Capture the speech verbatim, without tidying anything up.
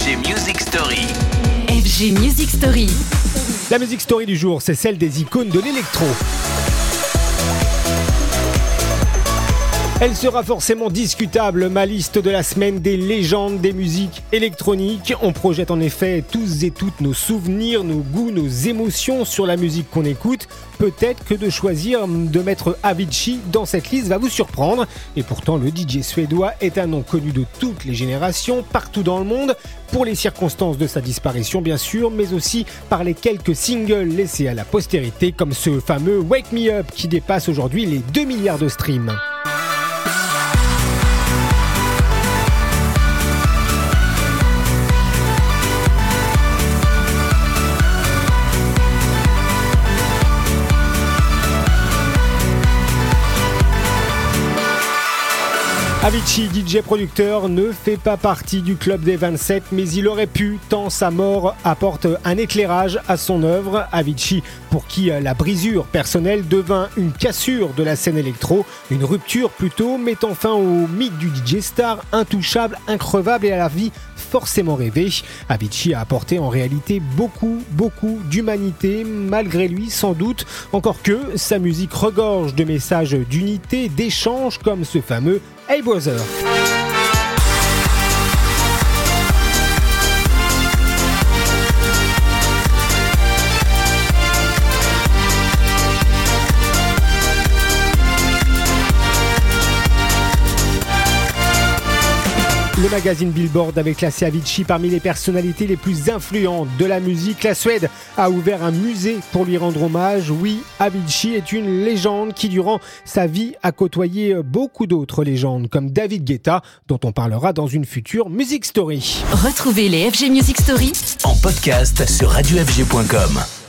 F G Music Story. F G Music Story. La musique story du jour, c'est celle des icônes de l'électro. Elle sera forcément discutable, ma liste de la semaine des légendes des musiques électroniques. On projette en effet tous et toutes nos souvenirs, nos goûts, nos émotions sur la musique qu'on écoute. Peut-être que de choisir de mettre Avicii dans cette liste va vous surprendre. Et pourtant, le D J suédois est un nom connu de toutes les générations, partout dans le monde, pour les circonstances de sa disparition bien sûr, mais aussi par les quelques singles laissés à la postérité, comme ce fameux Wake Me Up qui dépasse aujourd'hui les deux milliards de streams. Avicii, D J producteur, ne fait pas partie du club des vingt-sept, mais il aurait pu, tant sa mort apporte un éclairage à son œuvre. Avicii, pour qui la brisure personnelle devint une cassure de la scène électro, une rupture plutôt, mettant fin au mythe du D J star, intouchable, increvable et à la vie forcément rêvée. Avicii a apporté en réalité beaucoup, beaucoup d'humanité, malgré lui sans doute, encore que sa musique regorge de messages d'unité, d'échange, comme ce fameux Hey Brother. Le magazine Billboard avait classé Avicii parmi les personnalités les plus influentes de la musique. La Suède a ouvert un musée pour lui rendre hommage. Oui, Avicii est une légende qui, durant sa vie, a côtoyé beaucoup d'autres légendes, comme David Guetta, dont on parlera dans une future Music Story. Retrouvez les F G Music Story En podcast sur radio f g point com.